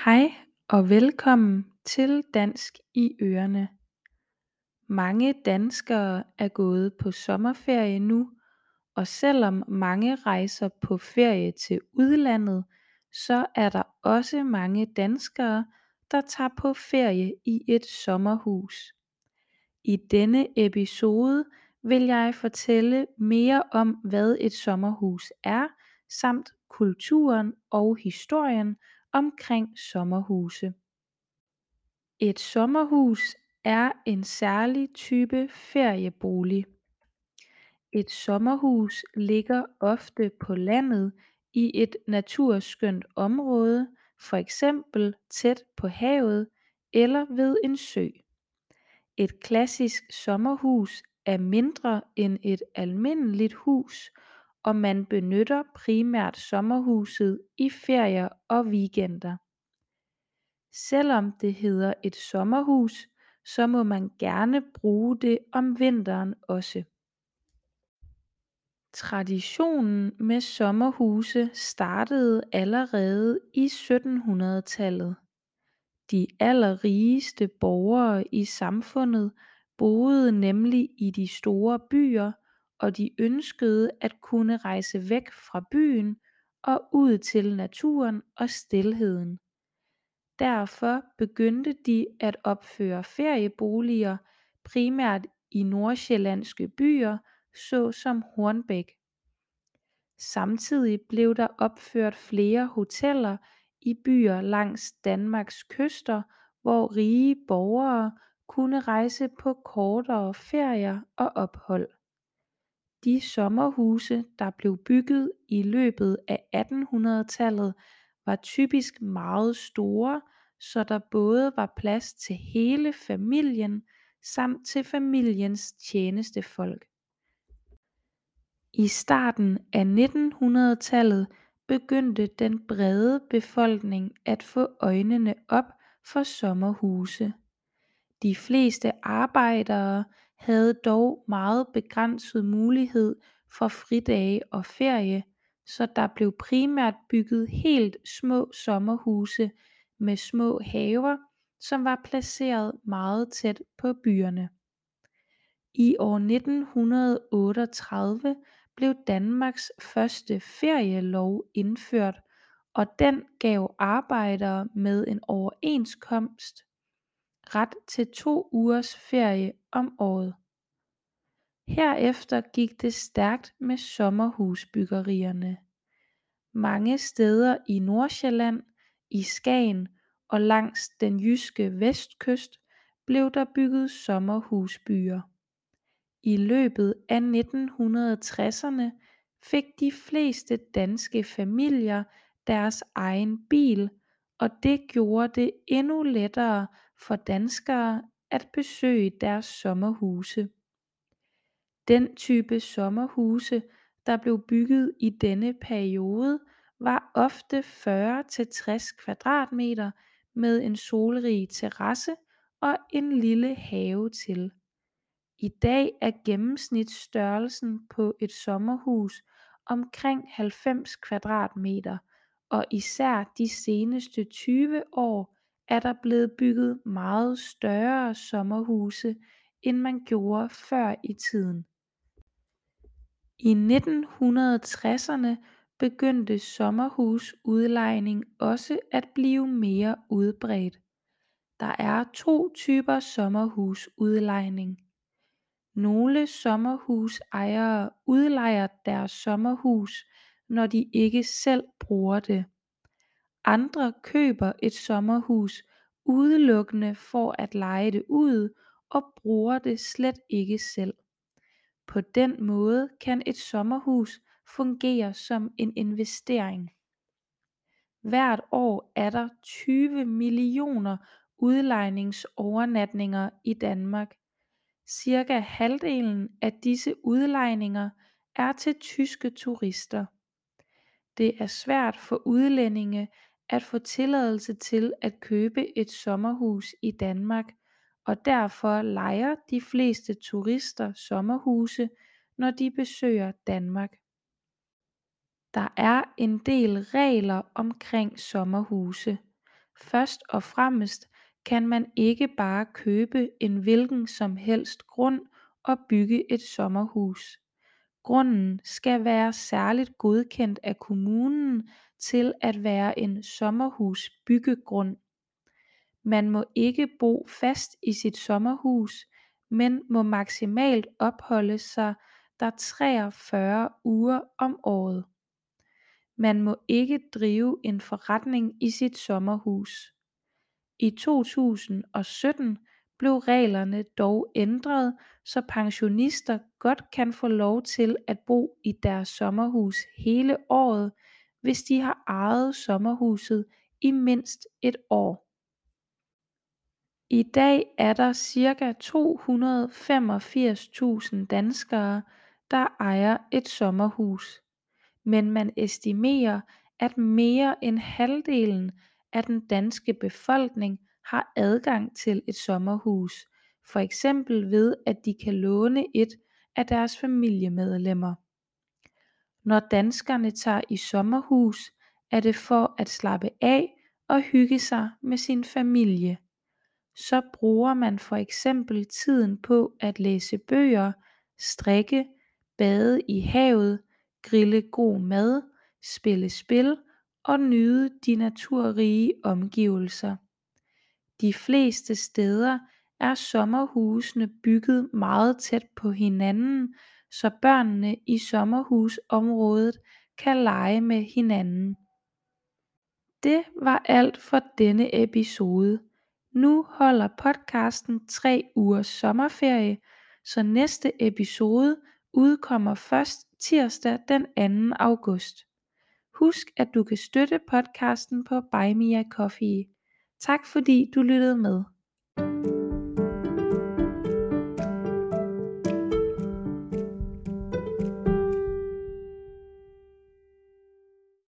Hej og velkommen til Dansk i Ørene. Mange danskere er gået på sommerferie nu, og selvom mange rejser på ferie til udlandet, så er der også mange danskere, der tager på ferie i et sommerhus. I denne episode vil jeg fortælle mere om, hvad et sommerhus er, samt kulturen og historien omkring sommerhuse. Et sommerhus er en særlig type feriebolig. Et sommerhus ligger ofte på landet i et naturskønt område, for eksempel tæt på havet eller ved en sø. Et klassisk sommerhus er mindre end et almindeligt hus, og man benytter primært sommerhuset i ferier og weekender. Selvom det hedder et sommerhus, så må man gerne bruge det om vinteren også. Traditionen med sommerhuse startede allerede i 1700-tallet. De allerrigeste borgere i samfundet boede nemlig i de store byer, og de ønskede at kunne rejse væk fra byen og ud til naturen og stilheden. Derfor begyndte de at opføre ferieboliger primært i nordsjællandske byer såsom Hornbæk. Samtidig blev der opført flere hoteller i byer langs Danmarks kyster, hvor rige borgere kunne rejse på kortere ferier og ophold. De sommerhuse, der blev bygget i løbet af 1800-tallet, var typisk meget store, så der både var plads til hele familien samt til familiens tjenestefolk. I starten af 1900-tallet begyndte den brede befolkning at få øjnene op for sommerhuse. De fleste arbejdere havde dog meget begrænset mulighed for fridage og ferie, så der blev primært bygget helt små sommerhuse med små haver, som var placeret meget tæt på byerne. I år 1938 blev Danmarks første ferielov indført, og den gav arbejdere med en overenskomst ret til 2 ugers ferie om året. Herefter gik det stærkt med sommerhusbyggerierne. Mange steder i Nordsjælland, i Skagen og langs den jyske vestkyst blev der bygget sommerhusbyer. I løbet af 1960'erne fik de fleste danske familier deres egen bil, og det gjorde det endnu lettere for danskere at besøge deres sommerhuse. Den type sommerhuse, der blev bygget i denne periode, var ofte 40 til 60 kvadratmeter med en solrig terrasse og en lille have til. I dag er gennemsnitsstørrelsen på et sommerhus omkring 90 kvadratmeter, og især de seneste 20 år er der blevet bygget meget større sommerhuse, end man gjorde før i tiden. I 1960'erne begyndte sommerhusudlejning også at blive mere udbredt. Der er 2 typer sommerhusudlejning. Nogle sommerhusejere udlejer deres sommerhus, når de ikke selv bruger det. Andre køber et sommerhus udelukkende for at leje det ud og bruger det slet ikke selv. På den måde kan et sommerhus fungere som en investering. Hvert år er der 20 millioner udlejningsovernatninger i Danmark. Cirka halvdelen af disse udlejninger er til tyske turister. Det er svært for udlændinge at få tilladelse til at købe et sommerhus i Danmark, og derfor lejer de fleste turister sommerhuse, når de besøger Danmark. Der er en del regler omkring sommerhuse. Først og fremmest kan man ikke bare købe en hvilken som helst grund og bygge et sommerhus. Grunden skal være særligt godkendt af kommunen til at være en sommerhusbyggegrund. Man må ikke bo fast i sit sommerhus, men må maksimalt opholde sig der 43 uger om året. Man må ikke drive en forretning i sit sommerhus. I 2017 blev reglerne dog ændret, så pensionister godt kan få lov til at bo i deres sommerhus hele året, hvis de har ejet sommerhuset i mindst et år. I dag er der ca. 285.000 danskere, der ejer et sommerhus, men man estimerer, at mere end halvdelen af den danske befolkning har adgang til et sommerhus, for eksempel ved at de kan låne et af deres familiemedlemmer. Når danskerne tager i sommerhus, er det for at slappe af og hygge sig med sin familie. Så bruger man for eksempel tiden på at læse bøger, strikke, bade i havet, grille god mad, spille spil og nyde de naturrige omgivelser. De fleste steder er sommerhusene bygget meget tæt på hinanden, så børnene i sommerhusområdet kan lege med hinanden. Det var alt for denne episode. Nu holder podcasten 3 ugers sommerferie, så næste episode udkommer først tirsdag den 2. august. Husk at du kan støtte podcasten på Buy Me a Coffee. Tak fordi du lyttede med.